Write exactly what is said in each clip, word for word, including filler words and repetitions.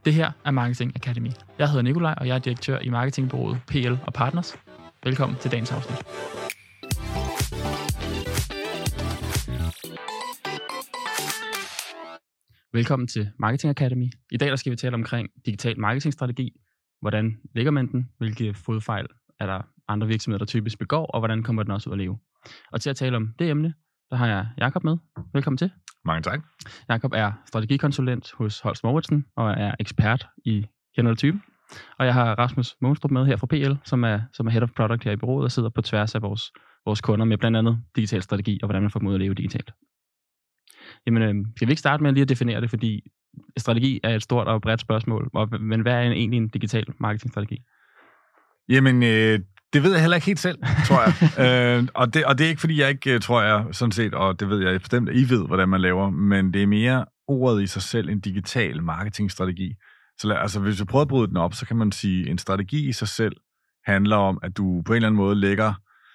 Det her er Marketing Academy. Jeg hedder Nikolaj, og jeg er direktør i marketingbureauet P L og Partners. Velkommen til dagens afsnit. Velkommen til Marketing Academy. I dag der skal vi tale omkring digital marketingstrategi. Hvordan lægger man den? Hvilke fodfejl er der andre virksomheder, der typisk begår? Og hvordan kommer den også ud at leve? Og til at tale om det emne, der har jeg Jakob med. Velkommen til. Mange tak. Jakob er strategikonsulent hos Holst Mouritzen og er ekspert i kender du typen. Og jeg har Rasmus Mogenstrup med her fra P L, som er, som er Head of Product her i bureauet og sidder på tværs af vores, vores kunder med blandt andet digital strategi og hvordan man får dem ud at leve digitalt. Jamen, øh, skal vi ikke starte med lige at definere det, fordi strategi er et stort og bredt spørgsmål, og, men hvad er egentlig en digital marketingstrategi? Jamen, øh, det ved jeg heller ikke helt selv, tror jeg. øh, og, det, og det er ikke, fordi jeg ikke tror jeg sådan set, og det ved jeg bestemt, at I ved, hvordan man laver, men det er mere ordet i sig selv, en digital marketingstrategi. Så altså, hvis vi prøver at bryde den op, så kan man sige, at en strategi i sig selv handler om, at du på en eller anden måde lægger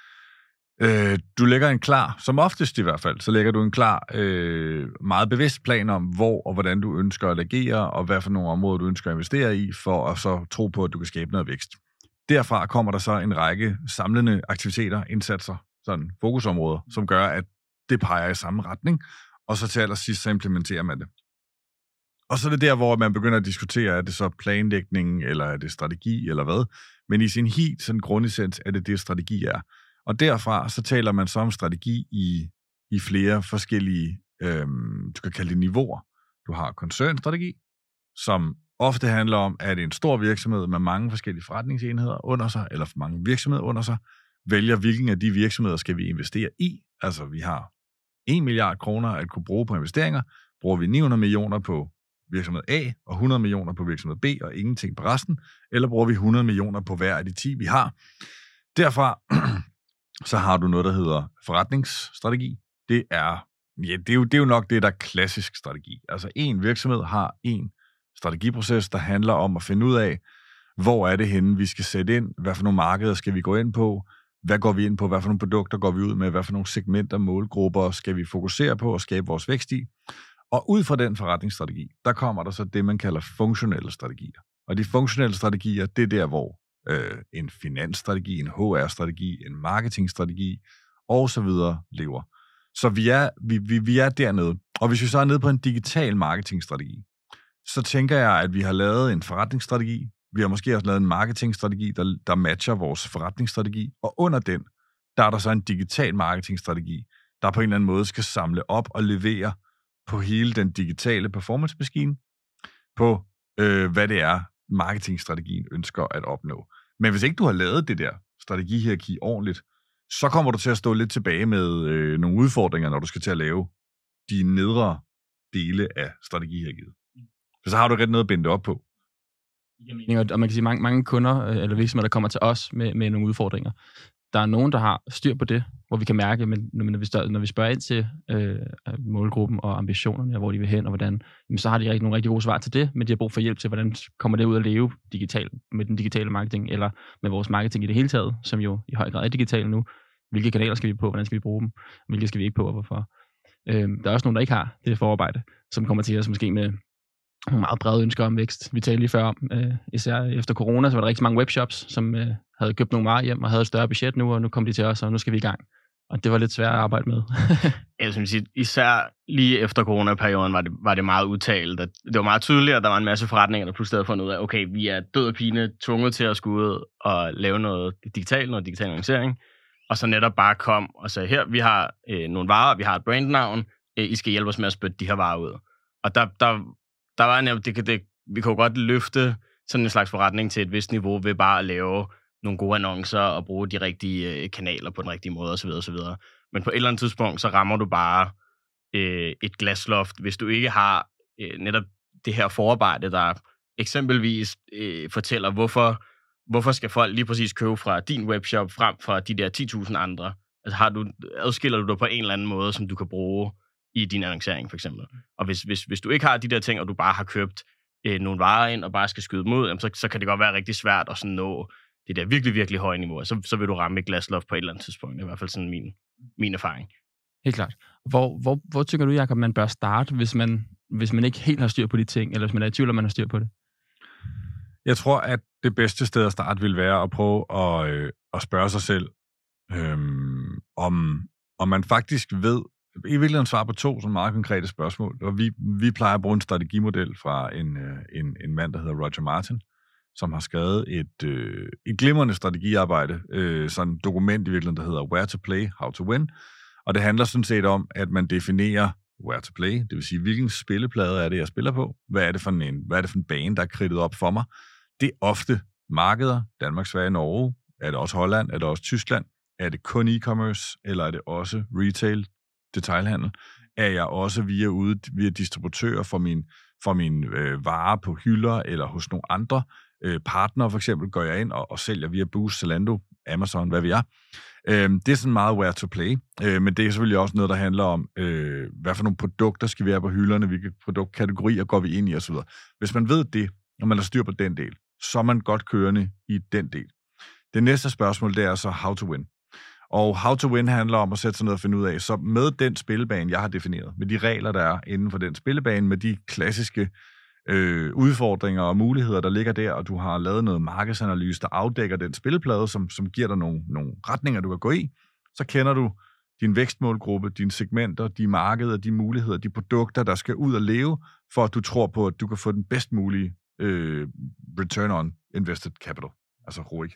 Øh, du lægger en klar, som oftest i hvert fald, så lægger du en klar, øh, meget bevidst plan om, hvor og hvordan du ønsker at agere, og hvad for nogle områder du ønsker at investere i, for at så tro på, at du kan skabe noget vækst. Derfra kommer der så en række samlende aktiviteter, indsatser, sådan fokusområder, som gør, at det peger i samme retning, og så til allersidst så implementerer man det. Og så er det der, hvor man begynder at diskutere, er det så planlægning, eller er det strategi, eller hvad? Men i sin helt sådan grundessens er det det, strategi er. Og derfra så taler man så om strategi i, i flere forskellige, øhm, du kan kalde det niveauer. Du har koncernstrategi, som ofte handler om, at en stor virksomhed med mange forskellige forretningsenheder under sig, eller for mange virksomheder under sig, vælger, hvilken af de virksomheder skal vi investere i. Altså, vi har en milliard kroner at kunne bruge på investeringer. Bruger vi ni hundrede millioner på virksomhed A, og hundrede millioner på virksomhed B, og ingenting på resten, eller bruger vi hundrede millioner på hver af de ti, vi har. Derfra så har du noget, der hedder forretningsstrategi. Det er, ja, det er, jo, det er jo nok det, der er klassisk strategi. Altså en virksomhed har en strategiproces, der handler om at finde ud af, hvor er det henne, vi skal sætte ind, hvad for nogle markeder skal vi gå ind på, hvad går vi ind på, hvad for nogle produkter går vi ud med, hvad for nogle segmenter, målgrupper skal vi fokusere på og skabe vores vækst i. Og ud fra den forretningsstrategi, der kommer der så det, man kalder funktionelle strategier. Og de funktionelle strategier, det er der, hvor Øh, en finansstrategi, en H R-strategi, en marketingstrategi og så videre lever. Så vi er, vi, vi, vi er dernede. Og hvis vi så er nede på en digital marketingstrategi, så tænker jeg, at vi har lavet en forretningsstrategi. Vi har måske også lavet en marketingstrategi, der, der matcher vores forretningsstrategi. Og under den, der er der så en digital marketingstrategi, der på en eller anden måde skal samle op og levere på hele den digitale performance-maskine, på øh, hvad det er, marketingstrategien ønsker at opnå. Men hvis ikke du har lavet det der strategihierarki ordentligt, så kommer du til at stå lidt tilbage med øh, nogle udfordringer, når du skal til at lave de nedre dele af strategihierarkiet. Så, så har du ret noget at binde op på. Og man kan sige, mange, mange kunder eller virksomheder, der kommer til os med, med nogle udfordringer. Der er nogen, der har styr på det, hvor vi kan mærke, men når vi, stør, når vi spørger ind til øh, målgruppen og ambitionerne, og hvor de vil hen og hvordan, jamen, så har de rigtig, nogle rigtig gode svar til det, men de har brug for hjælp til, hvordan kommer det ud at leve digitalt med den digitale marketing, eller med vores marketing i det hele taget, som jo i høj grad er digital nu. Hvilke kanaler skal vi på, hvordan skal vi bruge dem, hvilke skal vi ikke på, og hvorfor. Øh, der er også nogen, der ikke har det forarbejde, som kommer til os måske med nogle meget brede ønsker om vækst. Vi talte lige før om, øh, især efter corona, så var der rigtig mange webshops, som øh, havde købt nogle varer hjem og havde et større budget nu, og nu kom de til os, og nu skal vi i gang. Og det var lidt svært at arbejde med. Jeg synes, især lige efter coronaperioden var det, var det meget udtalt. At det var meget tydeligt, at der var en masse forretninger, der pludselig havde fundet ud af, okay, vi er død og pine tvunget til at skulle ud og lave noget digitalt, noget digital organisering. Og så netop bare kom og sagde, her, vi har øh, nogle varer, vi har et brandnavn, øh, I skal hjælpe os med at spytte de her varer ud. Og der, der, der var netop, det, det, vi kunne godt løfte sådan en slags forretning til et vist niveau ved bare at lave nogle gode annoncer og bruge de rigtige øh, kanaler på den rigtige måde osv. osv. Men på et eller andet tidspunkt, så rammer du bare øh, et glasloft, hvis du ikke har øh, netop det her forarbejde, der eksempelvis øh, fortæller, hvorfor, hvorfor skal folk lige præcis købe fra din webshop frem fra de der ti tusind andre. Altså har du, adskiller du dig på en eller anden måde, som du kan bruge i din annoncering for eksempel. Og hvis, hvis, hvis du ikke har de der ting, og du bare har købt øh, nogle varer ind og bare skal skyde dem ud, jamen, så, så kan det godt være rigtig svært at sådan nå det der virkelig, virkelig høje niveau. Så, så vil du ramme et glasloft på et eller andet tidspunkt. Det er i hvert fald sådan min, min erfaring. Helt klart. Hvor, hvor, hvor tykker du, Jacob, man bør starte, hvis man, hvis man ikke helt har styr på de ting, eller hvis man er i tvivl, om man har styr på det? Jeg tror, at det bedste sted at starte vil være at prøve at, øh, at spørge sig selv, øh, om, om man faktisk ved, i virkeligheden svar på to sådan meget konkrete spørgsmål. Og vi, vi plejer at bruge en strategimodel fra en, øh, en, en mand, der hedder Roger Martin, som har skrevet et, øh, et glimrende strategiarbejde, øh, sådan et dokument i virkeligheden, der hedder Where to Play, How to Win. Og det handler sådan set om, at man definerer where to play, det vil sige, hvilken spilleplade er det, jeg spiller på? Hvad er det for en, hvad er det for en bane, der er kridtet op for mig? Det er ofte markeder, Danmark, Sverige, Norge. Er det også Holland? Er det også Tyskland? Er det kun e-commerce? Eller er det også retail, detailhandel? Er jeg også via ude via distributører for min, for min øh, varer på hylder eller hos nogle andre øh, partnere, for eksempel, går jeg ind og, og sælger via Boost, Zalando, Amazon, hvad vi er. Øh, det er sådan meget where to play, øh, men det er selvfølgelig også noget, der handler om, øh, hvad for nogle produkter skal vi have på hylderne, hvilke produktkategorier går vi ind i osv. Hvis man ved det, og man har styr på den del, så er man godt kørende i den del. Det næste spørgsmål, det er så how to win. Og how to win handler om at sætte sig ned og finde ud af, så med den spillebane, jeg har defineret, med de regler, der er inden for den spillebane, med de klassiske øh, udfordringer og muligheder, der ligger der, og du har lavet noget markedsanalyse, der afdækker den spilleplade, som, som giver dig nogle, nogle retninger, du kan gå i, så kender du din vækstmålgruppe, dine segmenter, de markeder, de muligheder, de produkter, der skal ud og leve, for at du tror på, at du kan få den bedst mulige øh, return on invested capital, altså R O I C.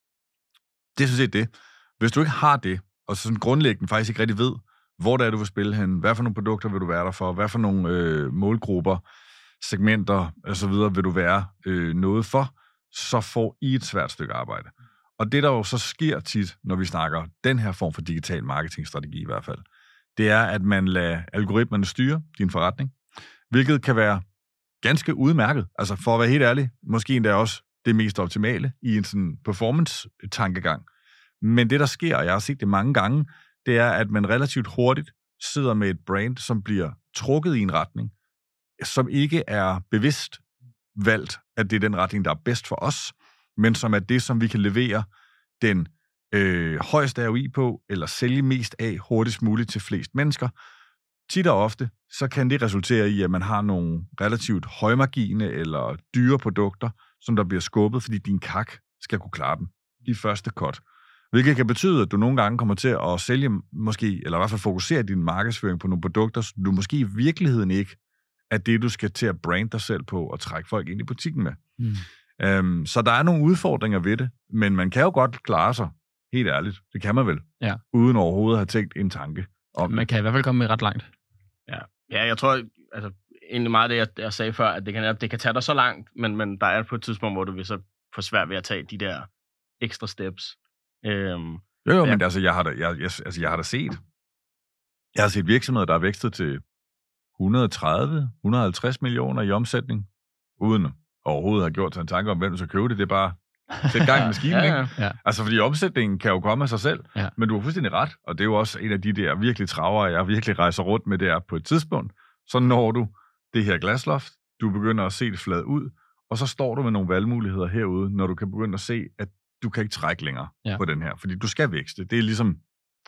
Det er sådan set det. Hvis du ikke har det, og sådan grundlæggende faktisk ikke rigtig ved, hvor det er, du vil spille hen, hvad for nogle produkter vil du være der for, hvad for nogle øh, målgrupper, segmenter osv. vil du være øh, noget for, så får I et svært stykke arbejde. Og det, der jo så sker tit, når vi snakker den her form for digital marketingstrategi i hvert fald, det er, at man lader algoritmerne styre din forretning, hvilket kan være ganske udmærket. Altså for at være helt ærlig, måske endda også det mest optimale i en sådan performance-tankegang. Men det, der sker, og jeg har set det mange gange, det er, at man relativt hurtigt sidder med et brand, som bliver trukket i en retning, som ikke er bevidst valgt, at det er den retning, der er bedst for os, men som er det, som vi kan levere den øh, højeste R O I på, eller sælge mest af hurtigst muligt til flest mennesker. Tit og ofte, så kan det resultere i, at man har nogle relativt højmargine eller dyre produkter, som der bliver skubbet, fordi din kak skal kunne klare dem i første cut. Hvilket kan betyde, at du nogle gange kommer til at sælge, måske, eller i hvert fald fokusere din markedsføring på nogle produkter, som du måske i virkeligheden ikke er det, du skal til at brande dig selv på og trække folk ind i butikken med. Mm. Øhm, så der er nogle udfordringer ved det, men man kan jo godt klare sig, helt ærligt. Det kan man vel, ja. Uden overhovedet at have tænkt en tanke om Man kan i hvert fald komme med ret langt. Ja, ja jeg tror, altså, egentlig meget det, jeg, jeg sagde før, at det kan, det kan tage dig så langt, men, men der er på et tidspunkt, hvor du vil så få svært ved at tage de der ekstra steps. Øhm, jo, jo, ja. men altså jeg, har da, jeg, jeg, altså, jeg har da set, jeg har set virksomheder, der er vækstet til et hundrede og tredive til et hundrede og halvtreds millioner i omsætning, uden overhovedet at have gjort sig en tanke om, hvem du skal købe det. Det er bare sæt gang i maskinen, ja, ja. Ikke? Ja. Altså, fordi omsætningen kan jo komme af sig selv, ja. Men du har fuldstændig ret, og det er jo også en af de der virkelig travere, jeg virkelig rejser rundt med, det er på et tidspunkt, så når du det her glasloft, du begynder at se det flade ud, og så står du med nogle valgmuligheder herude, når du kan begynde at se, at du kan ikke trække længere ja. På den her, fordi du skal vækste. Det er ligesom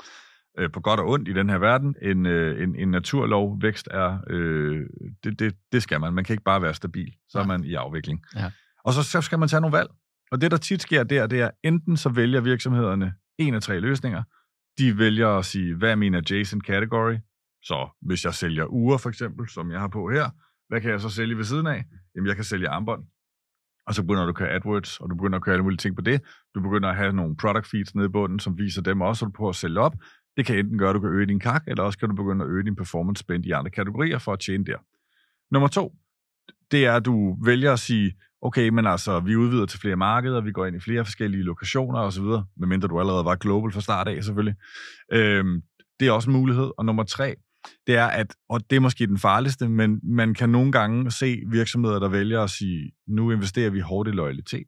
øh, på godt og ondt i den her verden. En, øh, en, en naturlov vækst er, øh, det, det, det skal man. Man kan ikke bare være stabil. Så ja. Er man i afvikling. Ja. Og så, så skal man tage nogle valg. Og det, der tit sker der, det er, enten så vælger virksomhederne en af tre løsninger. De vælger at sige, hvad er min adjacent category? Så hvis jeg sælger uger, for eksempel, som jeg har på her, hvad kan jeg så sælge ved siden af? Jamen, jeg kan sælge armbånd. Og så begynder du at køre AdWords, og du begynder at køre alle mulige ting på det. Du begynder at have nogle product feeds nede i bunden, som viser dem også, at du prøver at sælge op. Det kan enten gøre, at du kan øge din kak, eller også kan du begynde at øge din performance spend i andre kategorier for at tjene der. Nummer to, det er, at du vælger at sige, okay, men altså, vi udvider til flere markeder, vi går ind i flere forskellige lokationer osv., medmindre du allerede var global fra start af, selvfølgelig. Øhm, det er også en mulighed. Og nummer tre, det er, at, og det er måske den farligste, men man kan nogle gange se virksomheder, der vælger at sige, nu investerer vi hårdt i loyalitet.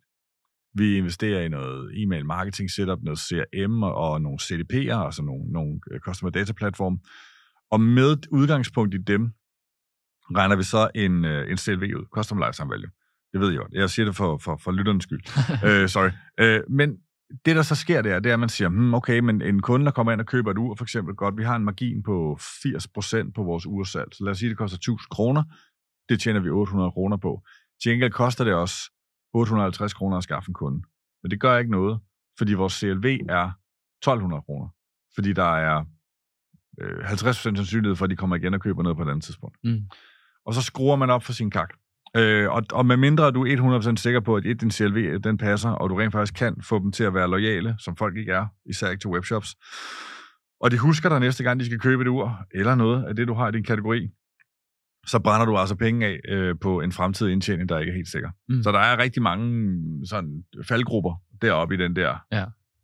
Vi investerer i noget e-mail marketing setup, noget C R M og nogle C D P'er, altså nogle, nogle customer data platform. Og med udgangspunkt i dem, regner vi så en, en C L V ud, Customer Lifetime Value. Det ved jeg jo. Jeg siger det for, for, for lytternes skyld. uh, sorry. Uh, men det, der så sker der, det er, at man siger, hmm, okay, men en kunde, der kommer ind og køber et ur, for eksempel, godt, vi har en margin på firs procent på vores ursalg. Så lad os sige, det koster tusind kroner. Det tjener vi otte hundrede kroner på. Til gengæld koster det os otte hundrede og halvtreds kroner at skaffe en kunde. Men det gør ikke noget, fordi vores C L V er tolv hundrede kroner. Fordi der er øh, halvtreds procent sandsynlighed for, at de kommer igen og køber noget på et andet tidspunkt. Mm. Og så skruer man op for sin kak. Øh, og, og med mindre du er hundrede procent sikker på, at et, din C L V den passer, og du rent faktisk kan få dem til at være loyale, som folk ikke er, især ikke til webshops, og de husker dig næste gang, de skal købe et ur, eller noget af det, du har i din kategori, så brænder du altså penge af øh, på en fremtidig indtjening, der ikke er helt sikker. Mm. Så der er rigtig mange sådan faldgrupper deroppe i den der ja.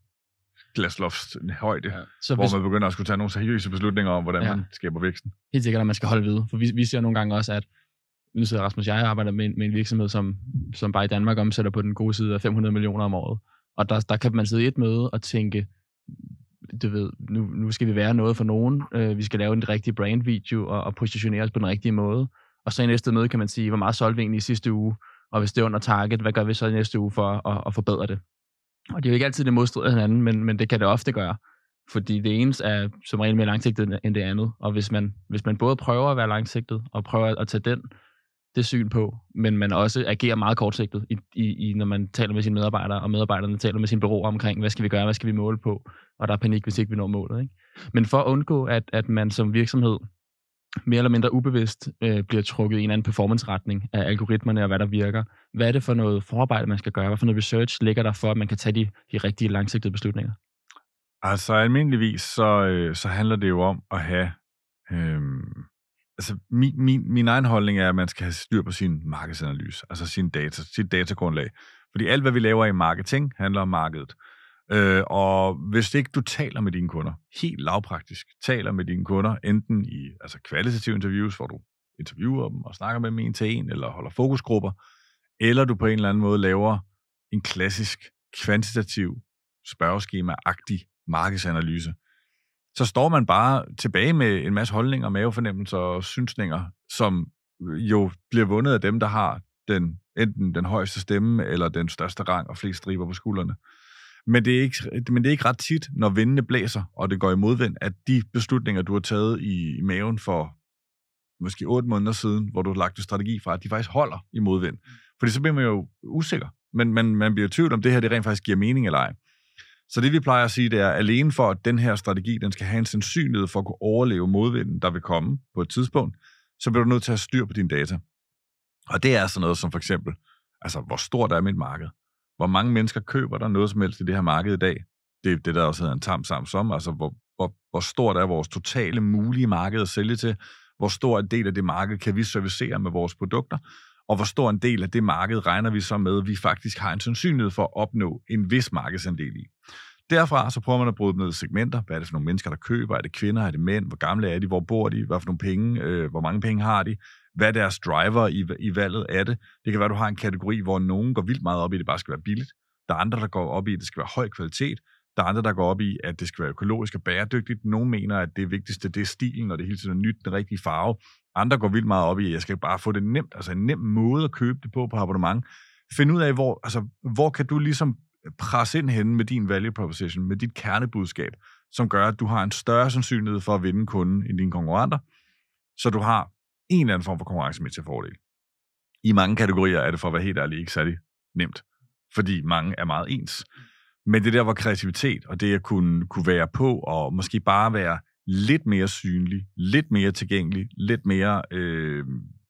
glaslofts-højde, ja. Så hvor hvis... man begynder at skulle tage nogle seriøse beslutninger om, hvordan ja. man skaber væksten. Helt sikkert, at man skal holde ved. For vi, vi ser nogle gange også, at nu sidder Rasmus og jeg arbejder med en, med en virksomhed, som, som bare i Danmark omsætter på den gode side af fem hundrede millioner om året. Og der, der kan man sidde i et møde og tænke, du ved, nu, nu skal vi være noget for nogen. Øh, vi skal lave en rigtig brandvideo og, og positionere os på den rigtige måde. Og så i næste møde kan man sige, hvor meget solgte vi egentlig i sidste uge? Og hvis det er under target, hvad gør vi så i næste uge for at, at forbedre det? Og det er jo ikke altid det modstrider hinanden, men, men det kan det ofte gøre. Fordi det ene er som regel mere langsigtet end det andet. Og hvis man, hvis man både prøver at være langsigtet og prøver at tage den, det syn på, men man også agerer meget kortsigtet, i, i, i, når man taler med sine medarbejdere, og medarbejderne taler med sine bureauer omkring, hvad skal vi gøre, hvad skal vi måle på, og der er panik, hvis ikke vi når målet. Ikke? Men for at undgå, at, at man som virksomhed mere eller mindre ubevidst øh, bliver trukket i en anden performance-retning af algoritmerne og hvad der virker, hvad er det for noget forarbejde, man skal gøre? Hvad for noget research ligger der for, at man kan tage de, de rigtige langsigtede beslutninger? Altså almindeligvis, så, øh, så handler det jo om at have... Øh... Altså, min, min, min egen holdning er, at man skal have styr på sin markedsanalyse, altså sin data, sit datagrundlag. Fordi alt, hvad vi laver i marketing, handler om markedet. Øh, og hvis ikke du taler med dine kunder, helt lavpraktisk, taler med dine kunder, enten i altså kvalitative interviews, hvor du interviewer dem og snakker med dem en til en, eller holder fokusgrupper, eller du på en eller anden måde laver en klassisk, kvantitativ, spørgeskema-agtig markedsanalyse, så står man bare tilbage med en masse holdninger, mavefornemmelser og synsninger, som jo bliver vundet af dem, der har den, enten den højeste stemme, eller den største rang og flest striber på skuldrene. Men det, er ikke, men det er ikke ret tit, når vindene blæser, og det går i modvind, at de beslutninger, du har taget i, i maven for måske otte måneder siden, hvor du har lagt en strategi fra, at de faktisk holder i modvind. Fordi så bliver man jo usikker. Men man, man bliver i tvivl om, det her det rent faktisk giver mening eller ej. Så det vi plejer at sige, det er, alene for at den her strategi, den skal have en sandsynlighed for at kunne overleve modvinden, der vil komme på et tidspunkt, så bliver du nødt til at have styr på dine data. Og det er sådan noget som for eksempel, altså hvor stort er mit marked? Hvor mange mennesker køber der noget som helst i det her marked i dag? Det er det, der også hedder en tam sam som, altså hvor, hvor, hvor stort er vores totale mulige marked at sælge til? Hvor stor en del af det marked kan vi servicere med vores produkter? Og hvor stor en del af det marked regner vi så med, at vi faktisk har en sandsynlighed for at opnå en vis markedsandel i. Derfra så prøver man at bryde dem ned i segmenter. Hvad er det for nogle mennesker, der køber? Er det kvinder? Er det mænd? Hvor gamle er de? Hvor bor de? Hvad for nogle penge? Øh, hvor mange penge har de? Hvad er deres driver i, i valget af det? Det kan være, at du har en kategori, hvor nogen går vildt meget op i, at det bare skal være billigt. Der er andre, der går op i, at det skal være høj kvalitet. Der er andre, der går op i, at det skal være økologisk og bæredygtigt. Nogle mener, at det vigtigste, det er stilen, og det hele tiden er nyt, den rigtige farve. Andre går vildt meget op i, at jeg skal bare få det nemt, altså en nem måde at købe det på på abonnement. Find ud af, hvor, altså, hvor kan du ligesom presse ind henne med din value proposition, med dit kernebudskab, som gør, at du har en større sandsynlighed for at vinde kunden end dine konkurrenter, så du har en eller anden form for konkurrencemæssig fordel. I mange kategorier er det for at være helt ærlig ikke særlig nemt, fordi mange er meget ens. Men det der, hvor kreativitet og det at kunne, kunne være på og måske bare være lidt mere synlig, lidt mere tilgængelig, lidt mere øh,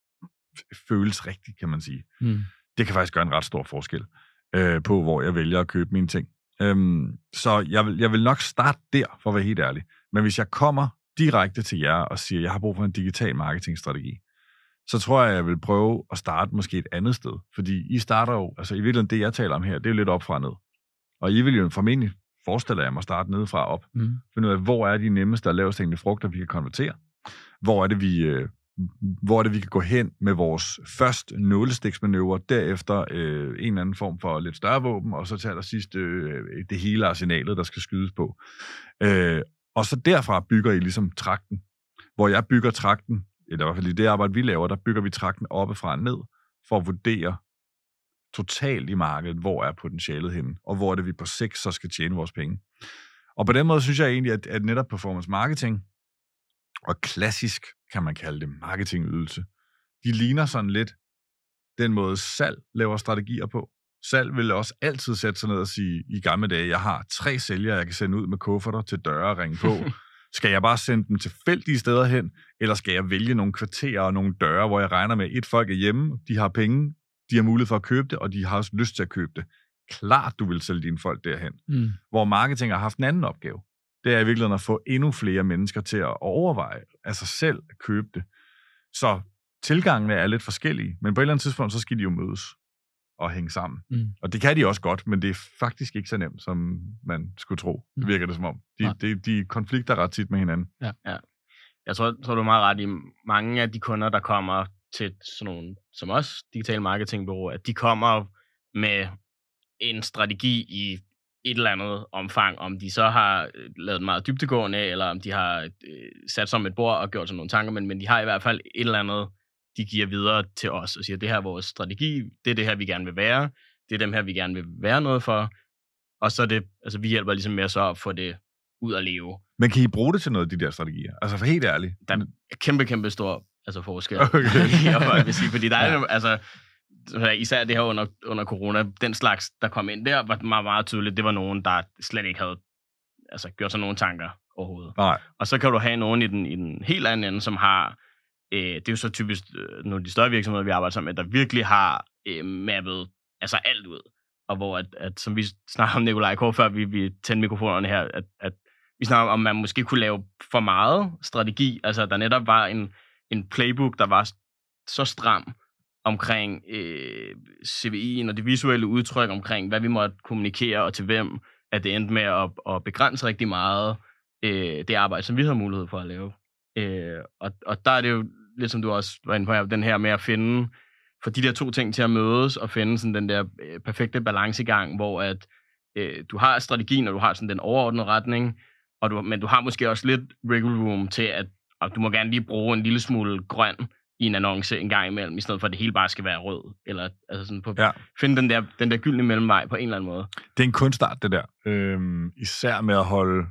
føles rigtigt, kan man sige. Mm. Det kan faktisk gøre en ret stor forskel øh, på, hvor jeg vælger at købe mine ting. Øhm, så jeg vil, jeg vil nok starte der, for at være helt ærlig. Men hvis jeg kommer direkte til jer og siger, at jeg har brug for en digital marketingstrategi, så tror jeg, jeg vil prøve at starte måske et andet sted. Fordi I starter jo, altså i virkeligheden det, jeg taler om her, det er jo lidt op fra ned. Og I vil jo formentlig forestille jer, at jeg må starte nedefra op. Mm. Finde ud af, hvor er de nemmeste og lavest hængende frugter, vi kan konvertere? Hvor er det, vi, øh, hvor er det, vi kan gå hen med vores først nålestiksmanøvre, derefter øh, en eller anden form for lidt større våben, og så til allersidst øh, det hele arsenalet, der skal skydes på. Øh, og så derfra bygger I ligesom trakten. Hvor jeg bygger trakten, eller i hvert fald i det arbejde, vi laver, der bygger vi trakten oppefra og ned, for at vurdere totalt i markedet, hvor er potentialet henne, og hvor er det, vi på sigt så skal tjene vores penge. Og på den måde synes jeg egentlig, at, at netop performance marketing, og klassisk kan man kalde det marketingydelse, de ligner sådan lidt den måde salg laver strategier på. Salg vil også altid sætte sig ned og sige, i gamle dage, jeg har tre sælgere, jeg kan sende ud med kufferter til døre og ringe på. Skal jeg bare sende dem tilfældige steder hen, eller skal jeg vælge nogle kvarterer og nogle døre, hvor jeg regner med, et folk er hjemme, de har penge, de har mulighed for at købe det, og de har også lyst til at købe det. Klart, du vil sælge dine folk derhen. Mm. Hvor marketing har haft en anden opgave. Det er i virkeligheden at få endnu flere mennesker til at overveje af sig selv at købe det. Så tilgangene er lidt forskellige, men på et eller andet tidspunkt, så skal de jo mødes og hænge sammen. Mm. Og det kan de også godt, men det er faktisk ikke så nemt, som man skulle tro. Det virker det som om. De, de, de konflikter ret tit med hinanden. Ja. Ja. Jeg tror, tror, du er meget ret i mange af de kunder, der kommer til sådan nogle, som os, digitale marketingbureauer, at de kommer med en strategi i et eller andet omfang, om de så har lavet den meget dybdegående, eller om de har øh, sat sig om et bord og gjort sig nogle tanker, men, men de har i hvert fald et eller andet, de giver videre til os og siger, det her er vores strategi, det er det her, vi gerne vil være, det er dem her, vi gerne vil være noget for, og så er det, altså vi hjælper ligesom med så at få det ud at leve. Men kan I bruge det til noget, de der strategier? Altså for helt ærligt. Der er kæmpe, kæmpe stor altså forskel. Okay. jeg vil sige, fordi der er ja. altså, især det her under, under corona, den slags, der kom ind der, var meget, meget tydeligt, det var nogen, der slet ikke havde altså, gjort sig nogen tanker overhovedet. Nej. Og så kan du have nogen i den, i den helt anden ende, som har, øh, det er jo så typisk øh, nogle af de større virksomheder, vi arbejder sammen med, der virkelig har øh, mappet altså alt ud. Og hvor, at, at, som vi snakker om Nikolaj Kåre, før vi, vi tændte mikrofonerne her, at, at vi snakker om, man måske kunne lave for meget strategi, altså der netop var en, en playbook, der var så stram, omkring øh, C V I'en og det visuelle udtryk, omkring hvad vi måtte kommunikere og til hvem, at det endte med at, at begrænse rigtig meget øh, det arbejde, som vi havde mulighed for at lave. Øh, og, og der er det jo, lidt som du også var inde på her, den her med at finde, for de der to ting til at mødes, og finde sådan den der øh, perfekte balancegang, hvor at øh, du har strategien, og du har sådan den overordnede retning, og du, men du har måske også lidt wiggle room til, at, at du må gerne lige bruge en lille smule grøn i en annonce en gang imellem, i stedet for, at det hele bare skal være rød. Eller altså sådan på, ja. Finde den der, den der gyldne mellemvej på en eller anden måde. Det er en kunstart, det der. Øhm, især med at holde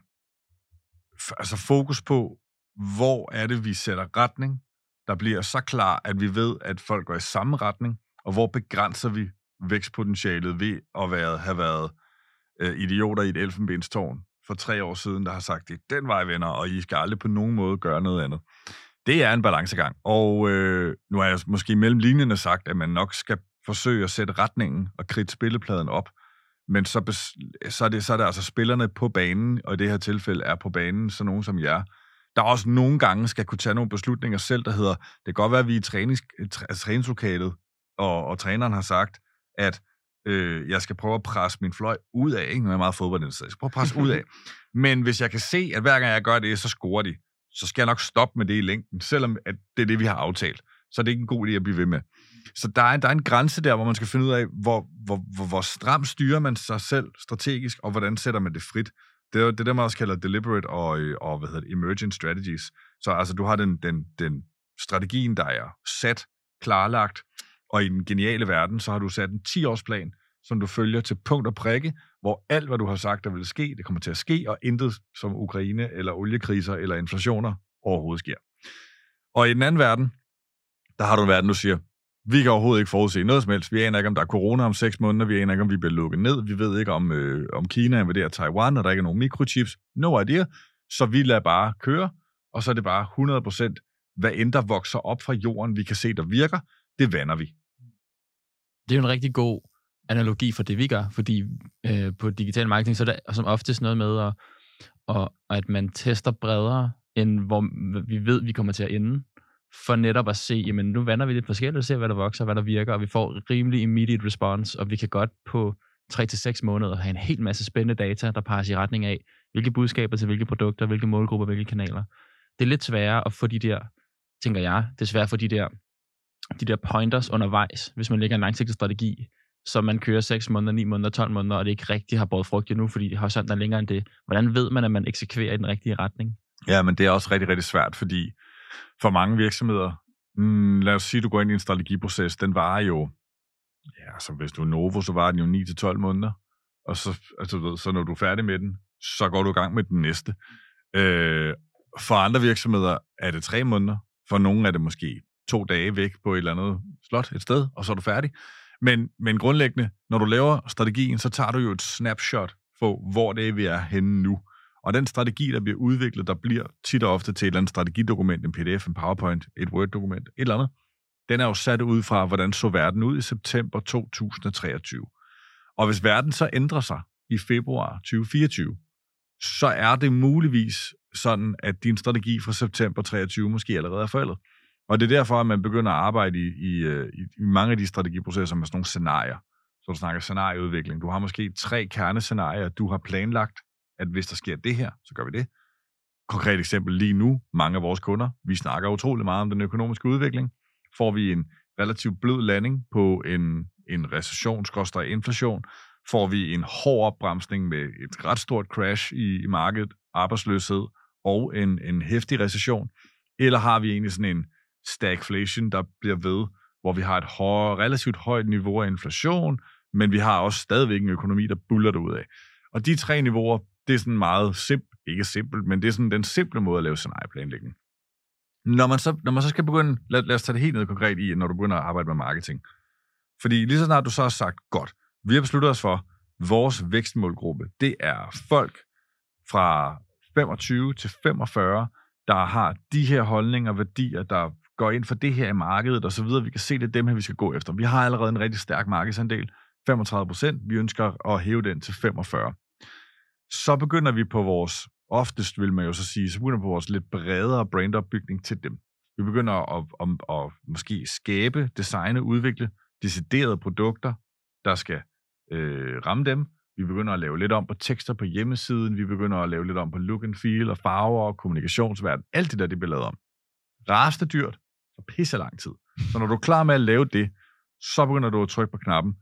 altså fokus på, hvor er det, vi sætter retning, der bliver så klar, at vi ved, at folk går i samme retning, og hvor begrænser vi vækstpotentialet ved at være, have været øh, idioter i et elfenbenstårn for tre år siden, der har sagt, det er den vej, venner, og I skal aldrig på nogen måde gøre noget andet. Det er en balancegang, og øh, nu har jeg måske mellem linjerne sagt, at man nok skal forsøge at sætte retningen og kridte spillepladen op, men så, bes- så, er det, så er det altså spillerne på banen, og i det her tilfælde er på banen så nogen som jer, der også nogle gange skal kunne tage nogle beslutninger selv, der hedder, det kan godt være, at vi er i trænings, træningslokalet, og, og træneren har sagt, at øh, jeg skal prøve at presse min fløj ud af, ikke? Nu er jeg meget fodboldinteresseret, jeg skal prøve at presse ud af, men hvis jeg kan se, at hver gang jeg gør det, så scorer de, så skal jeg nok stoppe med det i længden, selvom at det er det, vi har aftalt. Så er det ikke en god idé at blive ved med. Så der er, der er en grænse der, hvor man skal finde ud af, hvor, hvor, hvor, hvor stramt styrer man sig selv strategisk, og hvordan sætter man det frit. Det er det, der man også kalder deliberate og, og hvad hedder det, emergent strategies. Så altså, du har den, den, den strategien, der er sat, klarlagt, og i den geniale verden, så har du sat en ti-årsplan, som du følger til punkt og prikke, hvor alt, hvad du har sagt, der vil ske, det kommer til at ske, og intet som Ukraine, eller oliekriser, eller inflationer overhovedet sker. Og i den anden verden, der har du en verden, du siger, vi kan overhovedet ikke forudse noget som helst. Vi aner ikke, om der er corona om seks måneder. Vi aner ikke, om vi bliver lukket ned. Vi ved ikke, om, øh, om Kina invaderer Taiwan, og der ikke er nogen mikrochips. No idea. Så vi lader bare køre, og så er det bare hundrede procent, hvad end der vokser op fra jorden, vi kan se, der virker, det vander vi. Det er jo en rigtig god analogi for det, vi gør, fordi øh, på digital marketing, så er det som oftest noget med, at, og, at man tester bredere, end hvor vi ved, vi kommer til at ende, for netop at se, jamen nu vander vi lidt forskelligt, og ser, hvad der vokser, hvad der virker, og vi får rimelig immediate response, og vi kan godt på tre til seks måneder have en hel masse spændende data, der peger i retning af, hvilke budskaber til hvilke produkter, hvilke målgrupper, hvilke kanaler. Det er lidt sværere at få de der, tænker jeg, det er svært at få de der, de der pointers undervejs, hvis man lægger en langsigtet strategi, så man kører seks måneder, ni måneder, tolv måneder, og det ikke rigtig har båret frugt endnu, fordi horisonten er længere end det. Hvordan ved man, at man eksekverer i den rigtige retning? Ja, men det er også rigtig, rigtig svært, fordi for mange virksomheder, mm, lad os sige, du går ind i en strategiproces, den varer jo, ja, altså hvis du er Novo, så varer den jo ni til tolv måneder, og så, altså, ved, så når du er færdig med den, så går du i gang med den næste. Øh, for andre virksomheder er det tre måneder, for nogle er det måske to dage væk på et eller andet slot et sted, og så er du færdig. Men, men grundlæggende, når du laver strategien, så tager du jo et snapshot på, hvor det er, vi er henne nu. Og den strategi, der bliver udviklet, der bliver tit og ofte til et eller andet strategidokument, en P D F, en PowerPoint, et Word-dokument, et eller andet, den er jo sat ud fra, hvordan så verden ud i september to tusind og treogtyve. Og hvis verden så ændrer sig i februar tyve fireogtyve, så er det muligvis sådan, at din strategi fra september treogtyve måske allerede er forældet. Og det er derfor, at man begynder at arbejde i, i, i mange af de strategiprocesser med sådan nogle scenarier. Så du snakker scenarieudvikling. Du har måske tre kernescenarier, du har planlagt, at hvis der sker det her, så gør vi det. Konkret eksempel lige nu, mange af vores kunder, vi snakker utrolig meget om den økonomiske udvikling. Får vi en relativt blød landing på en, en recession, skråstreg inflation, får vi en hård opbremsning med et ret stort crash i, i markedet, arbejdsløshed og en, en heftig recession, eller har vi egentlig sådan en stagflation, der bliver ved, hvor vi har et højere, relativt højt niveau af inflation, men vi har også stadigvæk en økonomi, der buller derud af. Og de tre niveauer, det er sådan meget simpelt, ikke simpelt, men det er sådan den simple måde at lave scenarieplanlægning. Når man så, når man så skal begynde, lad, lad os tage det helt ned konkret i, når du begynder at arbejde med marketing. Fordi lige så snart du så har sagt, godt, vi har besluttet os for, vores vækstmålgruppe, det er folk fra femogtyve til femogfyrre, der har de her holdninger og værdier, der går ind for det her i markedet og så videre. Vi kan se, det er dem her, vi skal gå efter. Vi har allerede en rigtig stærk markedsandel, femogtredive procent. Vi ønsker at hæve den til femogfyrre. Så begynder vi på vores, oftest vil man jo så sige, så begynder vi på vores lidt bredere brandopbygning til dem. Vi begynder at, at, at, at måske skabe, designe, udvikle deciderede produkter, der skal øh, ramme dem. Vi begynder at lave lidt om på tekster på hjemmesiden. Vi begynder at lave lidt om på look and feel og farver og kommunikationsverden. Alt det der, det bliver lavet om. Raste dyrt og pisse lang tid. Så når du er klar med at lave det, så begynder du at trykke på knappen,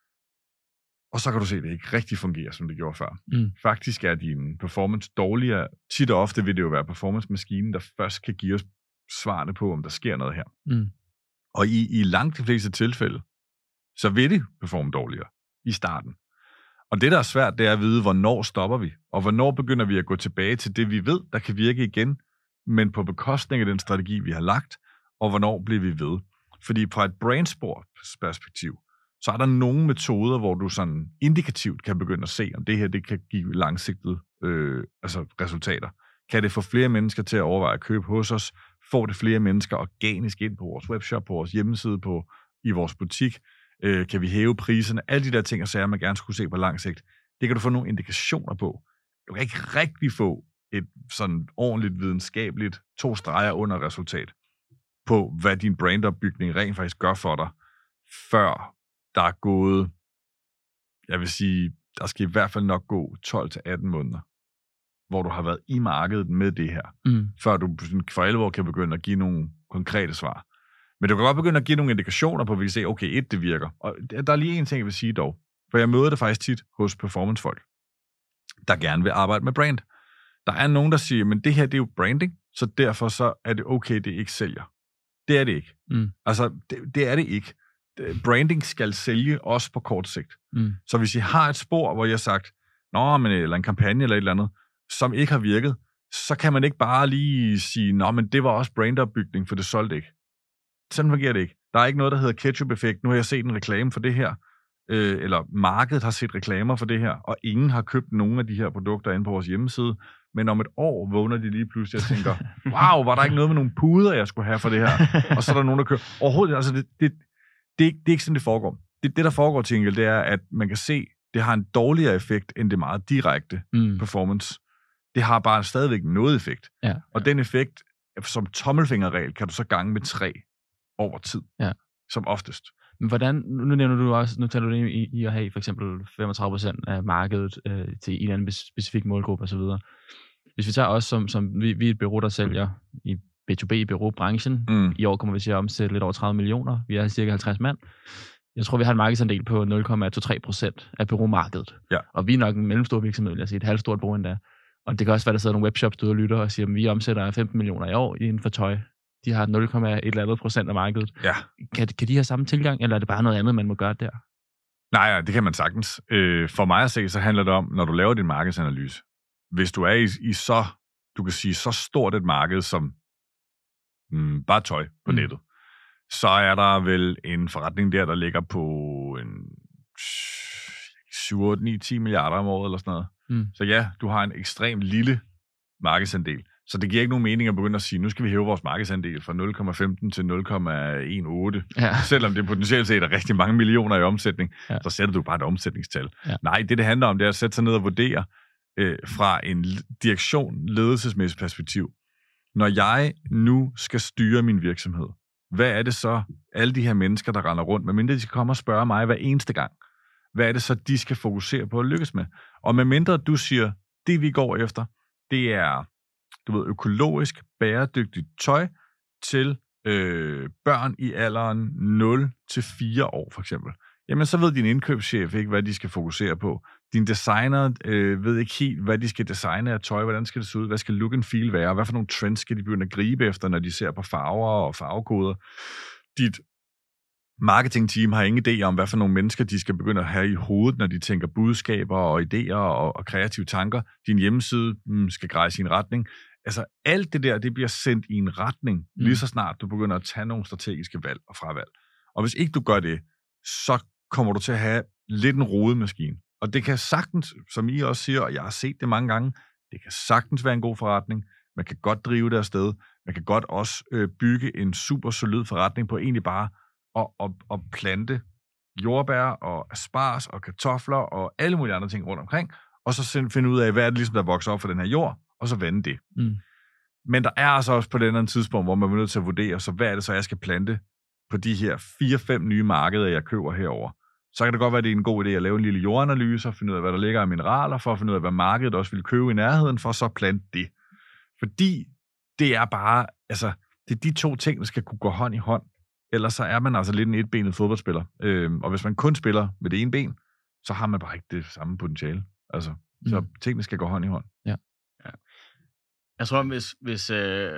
og så kan du se, at det ikke rigtig fungerer, som det gjorde før. Mm. Faktisk er din performance dårligere. Tit og ofte vil det jo være performance-maskinen, der først kan give os svarene på, om der sker noget her. Mm. Og i, i langt de fleste tilfælde, så vil det performe dårligere i starten. Og det, der er svært, det er at vide, hvornår stopper vi, og hvornår begynder vi at gå tilbage til det, vi ved, der kan virke igen, men på bekostning af den strategi, vi har lagt, og hvornår bliver vi ved. Fordi fra et brainsport perspektiv, så er der nogle metoder, hvor du sådan indikativt kan begynde at se, om det her det kan give langsigtede øh, altså resultater. Kan det få flere mennesker til at overveje at købe hos os? Får det flere mennesker organisk ind på vores webshop, på vores hjemmeside, på, i vores butik? Øh, kan vi hæve priserne? Alle de der ting og sager, man gerne skulle se på lang sigt. Det kan du få nogle indikationer på. Du kan ikke rigtig få et sådan ordentligt videnskabeligt to streger under resultat på, hvad din brandopbygning rent faktisk gør for dig, før der er gået, jeg vil sige, der skal i hvert fald nok gå tolv til atten måneder, hvor du har været i markedet med det her, mm. før du for alvor kan begynde at give nogle konkrete svar. Men du kan godt begynde at give nogle indikationer på, at vi kan se, okay, et, det virker. Og der er lige en ting, jeg vil sige dog, for jeg møder det faktisk tit hos performancefolk, der gerne vil arbejde med brand. Der er nogen, der siger, men det her, det er jo branding, så derfor så er det okay, det ikke sælger. Det er det ikke. Mm. Altså, det, det er det ikke. Branding skal sælge også på kort sigt. Mm. Så hvis I har et spor, hvor jeg har sagt, nå, men, eller en kampagne eller et eller andet, som ikke har virket, så kan man ikke bare lige sige, nå, men det var også brandopbygning, for det solgte ikke. Sådan fungerer det ikke. Der er ikke noget, der hedder ketchup-effekt. Nu har jeg set en reklame for det her, øh, eller markedet har set reklamer for det her, og ingen har købt nogen af de her produkter inde på vores hjemmeside, men om et år vågner de lige pludselig og tænker, wow, var der ikke noget med nogle puder, jeg skulle have for det her? Og så er der nogen, der køber. Overhovedet, altså det, det, det, det er ikke sådan, det foregår. Det, det der foregår til enkelt, det er, at man kan se, det har en dårligere effekt, end det meget direkte mm. performance. Det har bare stadigvæk noget effekt. Ja. Og den effekt, som tommelfingerregel, kan du så gange med tre over tid, ja. Som oftest. Men hvordan, nu nævner du også, nu taler du det i, i at have for eksempel femogtredive procent af markedet øh, til en anden specifik målgruppe osv. Hvis vi tager os som, som vi, vi er et bureau, der sælger i B to B i bureaubranchen. Mm. I år kommer vi til at omsætte lidt over tredive millioner. Vi er cirka halvtreds mand. Jeg tror, vi har en markedsandel på nul komma toogtres procent af bureaumarkedet. Ja. Og vi er nok en mellemstor virksomhed, lad os sige, et halvstort bureau endda. Og det kan også være, der sidder nogle webshops, der lytter og siger, at vi omsætter femten millioner i år inden for tøj. De har nul komma et eller andet procent af markedet. Ja. Kan, kan de have samme tilgang, eller er det bare noget andet, man må gøre der? Nej, ja, det kan man sagtens. Øh, for mig at se, så handler det om, når du laver din markedsanalyse, hvis du er i, i så, du kan sige, så stort et marked som mm, bare tøj på mm. nettet, så er der vel en forretning der, der ligger på en syv, otte, ni, ti milliarder om året eller sådan noget. Mm. Så ja, du har en ekstremt lille markedsandel. Så det giver ikke nogen mening at begynde at sige, nu skal vi hæve vores markedsandel fra nul komma femten til nul komma otte. Ja. Selvom det potentielt set er rigtig mange millioner i omsætning, ja. Så sætter du bare et omsætningstal. Ja. Nej, det det handler om, det er at sætte sig ned og vurdere øh, fra en direktion, ledelsesmæssigt perspektiv. Når jeg nu skal styre min virksomhed, hvad er det så, alle de her mennesker, der render rundt, medmindre de skal komme og spørge mig hver eneste gang, hvad er det så, de skal fokusere på at lykkes med? Og medmindre du siger, det vi går efter, det er du ved, økologisk, bæredygtigt tøj til øh, børn i alderen nul til fire år, for eksempel. Jamen, så ved din indkøbschef ikke, hvad de skal fokusere på. Din designer øh, ved ikke helt, hvad de skal designe af tøj, hvordan skal det se ud, hvad skal look and feel være, hvad for nogle trends skal de begynde at gribe efter, når de ser på farver og farvekoder. Dit marketingteam har ingen idé om, hvad for nogle mennesker de skal begynde at have i hovedet, når de tænker budskaber og idéer og, og kreative tanker. Din hjemmeside mm, skal grejse i en retning. Altså, alt det der, det bliver sendt i en retning, mm. lige så snart du begynder at tage nogle strategiske valg og fravalg. Og hvis ikke du gør det, så kommer du til at have lidt en rodemaskine. Og det kan sagtens, som I også siger, og jeg har set det mange gange, det kan sagtens være en god forretning. Man kan godt drive det afsted. Man kan godt også øh, bygge en super solid forretning på egentlig bare at, at, at plante jordbær og asparges og kartofler og alle mulige andre ting rundt omkring, og så finde ud af, hvad er det ligesom, der vokser op for den her jord, og så vende det. Mm. Men der er altså også på den anden tidspunkt, hvor man er nødt til at vurdere, så hvad er det så, jeg skal plante på de her fire fem nye markeder, jeg køber herover. Så kan det godt være, at det er en god idé at lave en lille jordanalyse og finde ud af, hvad der ligger af mineraler, for at finde ud af, hvad markedet også vil købe i nærheden, for så at plante det. Fordi det er bare, altså, det er de to ting, der skal kunne gå hånd i hånd. Ellers så er man altså lidt en etbenet fodboldspiller. Øhm, og hvis man kun spiller med det ene ben, så har man bare ikke det samme potentiale. Altså, mm. så tingene skal gå hånd i hånd. Ja. Ja. Jeg tror, hvis, hvis, øh,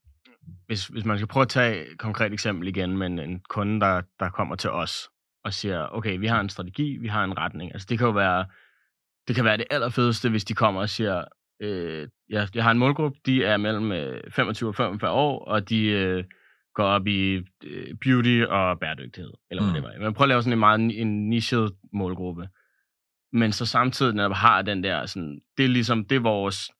hvis, hvis man skal prøve at tage et konkret eksempel igen med en, en kunde, der, der kommer til os og siger, okay, vi har en strategi, vi har en retning. Altså, det kan jo være det, kan være det allerfedeste, hvis de kommer og siger, øh, jeg, jeg har en målgruppe, de er mellem femogtyve og femogfyrre år, og de øh, går op i øh, beauty og bæredygtighed, eller hvad mm. det var. Man prøver at lave sådan en meget en nichet målgruppe. Men så samtidig, når vi har den der, sådan, det er ligesom, det er vores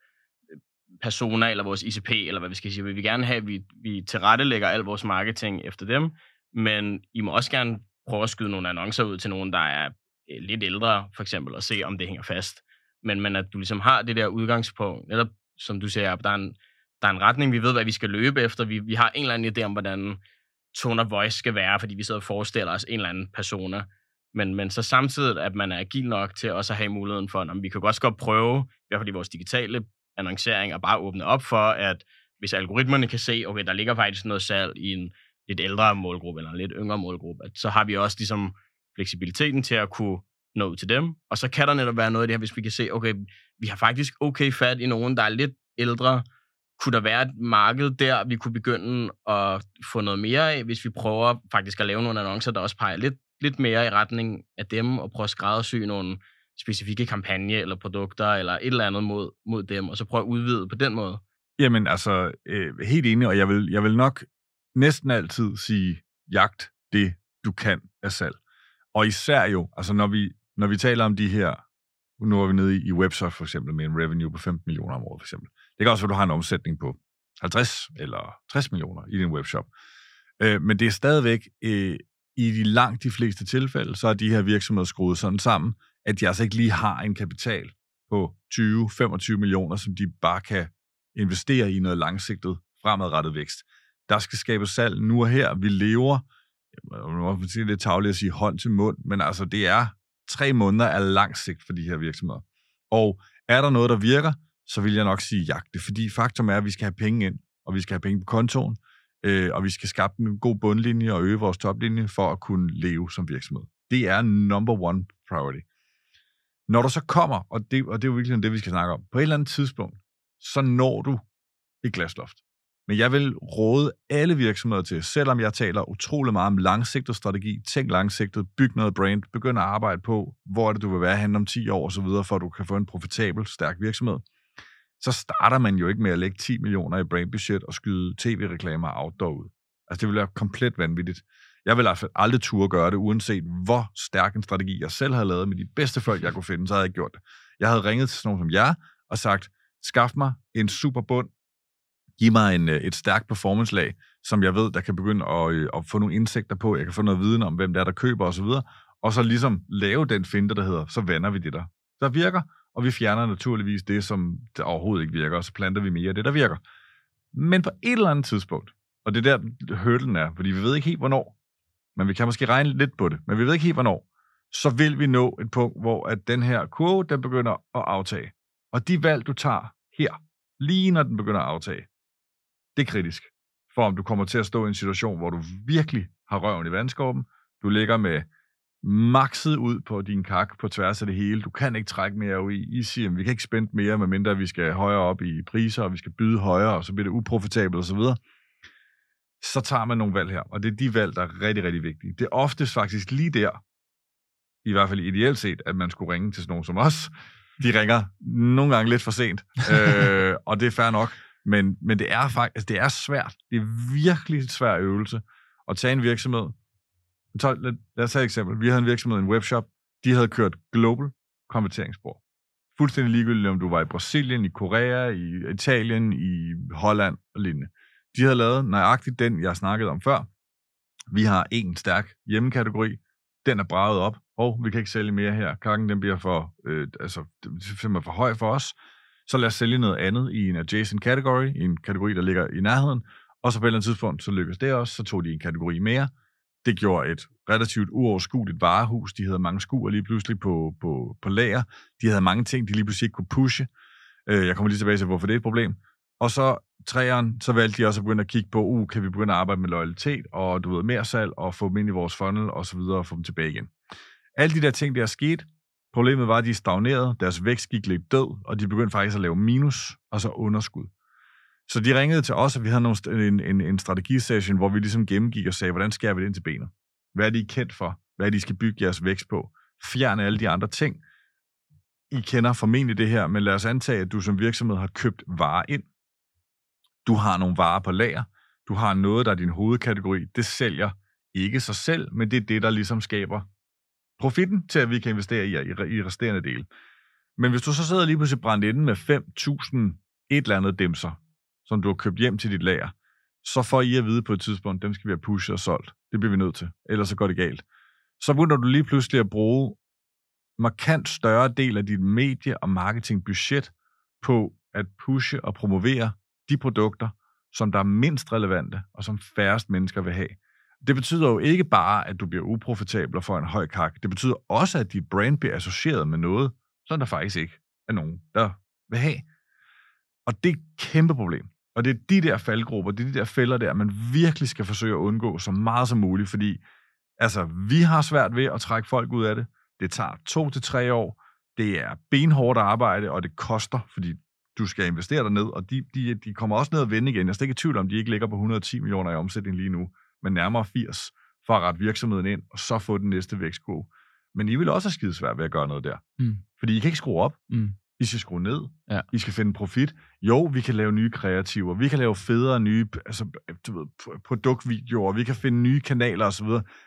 persona, eller vores I C P, eller hvad vi skal sige. Vi vil gerne have, at vi, vi tilrettelægger al vores marketing efter dem, men I må også gerne prøve at skyde nogle annoncer ud til nogen, der er lidt ældre, for eksempel, og se, om det hænger fast. Men, men at du ligesom har det der udgangspunkt, netop som du siger, der er en, der er en retning, vi ved, hvad vi skal løbe efter. Vi, vi har en eller anden idé om, hvordan tone of voice skal være, fordi vi sidder og forestiller os en eller anden persona. Men, men så samtidig, at man er agil nok til også at have muligheden for, at vi kan godt godt prøve, i hvert fald i vores digitale annoncering, at bare åbne op for, at hvis algoritmerne kan se, okay, der ligger faktisk noget salg i en lidt ældre målgruppe, eller en lidt yngre målgruppe, så har vi også ligesom fleksibiliteten til at kunne nå ud til dem. Og så kan der netop være noget af det her, hvis vi kan se, okay, vi har faktisk okay fat i nogen, der er lidt ældre. Kunne der være et marked der, vi kunne begynde at få noget mere af, hvis vi prøver faktisk at lave nogle annoncer, der også peger lidt, lidt mere i retning af dem, og prøve at skræddersy nogle specifikke kampagne eller produkter, eller et eller andet mod, mod dem, og så prøve at udvide på den måde? Jamen altså, øh, helt enig, og jeg vil, jeg vil nok næsten altid sige, jagt det, du kan af salg. Og især jo, altså når vi, når vi taler om de her, nu er vi nede i, i webshop for eksempel, med en revenue på femten millioner om året for eksempel. Det kan også være, at du har en omsætning på halvtreds eller tres millioner i din webshop. Øh, men det er stadigvæk, øh, i de langt de fleste tilfælde, så er de her virksomheder skruet sådan sammen, at de altså ikke lige har en kapital på tyve til femogtyve millioner, som de bare kan investere i noget langsigtet fremadrettet vækst. Der skal skabes salg nu og her. Vi lever, det er lidt tarveligt at sige hånd til mund, men altså det er tre måneder af lang sigt for de her virksomheder. Og er der noget, der virker, så vil jeg nok sige jagte, fordi faktum er, at vi skal have penge ind, og vi skal have penge på kontoen, øh, og vi skal skabe en god bundlinje og øge vores toplinje for at kunne leve som virksomhed. Det er number one priority. Når du så kommer, og det, og det er jo virkelig det, vi skal snakke om, på et eller andet tidspunkt, så når du et glasloft. Men jeg vil råde alle virksomheder til, selvom jeg taler utrolig meget om langsigtet strategi, tænk langsigtet, byg noget brand, begynd at arbejde på, hvor er det, du vil være hen om ti år og så videre, for at du kan få en profitabel, stærk virksomhed. Så starter man jo ikke med at lægge ti millioner i brandbudget og skyde tv-reklamer outdoor ud. Altså, det ville være komplet vanvittigt. Jeg vil i hvert fald aldrig turde gøre det, uanset hvor stærk en strategi jeg selv havde lavet med de bedste folk, jeg kunne finde, så havde jeg gjort det. Jeg havde ringet til sådan nogen som jer og sagt, skaf mig en super bund, giv mig en, et stærkt performance-lag, som jeg ved, der kan begynde at, at få nogle indsigter på, jeg kan få noget viden om, hvem der er, der køber osv., og så ligesom lave den finte, der hedder, så vander vi det der, der virker, og vi fjerner naturligvis det, som der overhovedet ikke virker, og så planter vi mere af det, der virker. Men på et eller andet tidspunkt, og det er der hurdlen er, fordi vi ved ikke helt, hvornår, men vi kan måske regne lidt på det, men vi ved ikke helt, hvornår, så vil vi nå et punkt, hvor at den her kurve, den begynder at aftage. Og de valg, du tager her, lige når den begynder at aftage, det er kritisk. For om du kommer til at stå i en situation, hvor du virkelig har røven i vandskorben, du ligger med makset ud på din kak på tværs af det hele, du kan ikke trække mere ud i, I siger, vi kan ikke spænde mere, medmindre vi skal højere op i priser, og vi skal byde højere, og så bliver det uprofitabelt osv., så tager man nogle valg her, og det er de valg, der er rigtig, rigtig vigtige. Det er oftest faktisk lige der, i hvert fald ideelt set, at man skulle ringe til sådan nogen som os. De ringer nogle gange lidt for sent, øh, og det er fair nok, men, men det er faktisk, altså det er svært. Det er virkelig en svær øvelse at tage en virksomhed. Lad, lad os tage et eksempel. Vi havde en virksomhed, en webshop, de havde kørt global konverteringsspor. Fuldstændig ligegyldigt, om du var i Brasilien, i Korea, i Italien, i Holland og lignende. De havde lavet nøjagtigt den, jeg snakkede om før. Vi har en stærk hjemmekategori. Den er braget op, og vi kan ikke sælge mere her. Kakken, den bliver for, øh, altså, simpelthen for høj for os. Så lad os sælge noget andet i en adjacent category, i en kategori, der ligger i nærheden. Og så på et eller andet tidspunkt, så lykkedes det også. Så tog de en kategori mere. Det gjorde et relativt uoverskueligt varehus. De havde mange skuer lige pludselig på, på, på lager. De havde mange ting, de lige pludselig ikke kunne pushe. Jeg kommer lige tilbage til, hvorfor det er et problem. Og så træeren, så valgte de også at begynde at kigge på, uh, kan vi begynde at arbejde med loyalitet, og du ved, mere salg, og få dem ind i vores funnel, og så videre, og få dem tilbage igen. Alle de der ting, der er sket, problemet var, at de stagnerede, deres vækst gik lidt død, og de begyndte faktisk at lave minus, og så underskud. Så de ringede til os, og vi havde nogle, en, en, en strategisession, hvor vi ligesom gennemgik og sagde, hvordan skærer vi det ind til benet? Hvad er de kendt for? Hvad er de skal bygge jeres vækst på? Fjerne alle de andre ting. I kender formentlig det her, men lad os antage, at du som virksomhed har købt varer ind. Du har nogle varer på lager. Du har noget, der er din hovedkategori. Det sælger ikke sig selv, men det er det, der ligesom skaber profitten til, at vi kan investere i, i, i resterende dele. Men hvis du så sidder lige pludselig brændt inde med fem tusind et eller andet dimser, som du har købt hjem til dit lager, så får I at vide på et tidspunkt, dem skal vi have pushet og solgt. Det bliver vi nødt til, ellers så går det galt. Så begynder du lige pludselig at bruge markant større del af dit medie- og marketingbudget på at pushe og promovere de produkter, som der er mindst relevante, og som færrest mennesker vil have. Det betyder jo ikke bare, at du bliver uprofitabel og får en høj kak. Det betyder også, at dit brand bliver associeret med noget, som der faktisk ikke er nogen, der vil have. Og det er et kæmpe problem. Og det er de der faldgrupper, det er de der fælder der, man virkelig skal forsøge at undgå så meget som muligt, fordi altså, vi har svært ved at trække folk ud af det. Det tager to til tre år. Det er benhårdt arbejde, og det koster, fordi du skal investere dig ned, og de, de, de kommer også ned og vende igen. Jeg er ikke i tvivl om, de ikke ligger på et hundrede og ti millioner i omsætning lige nu, men nærmere firs for at rette virksomheden ind, og så få den næste vækstkurve. Men I vil også have skide svært ved at gøre noget der. Mm. Fordi I kan ikke skrue op. Mm. I skal skrue ned. Ja. I skal finde profit. Jo, vi kan lave nye kreativer. Vi kan lave federe nye altså, du ved, produktvideoer. Vi kan finde nye kanaler osv.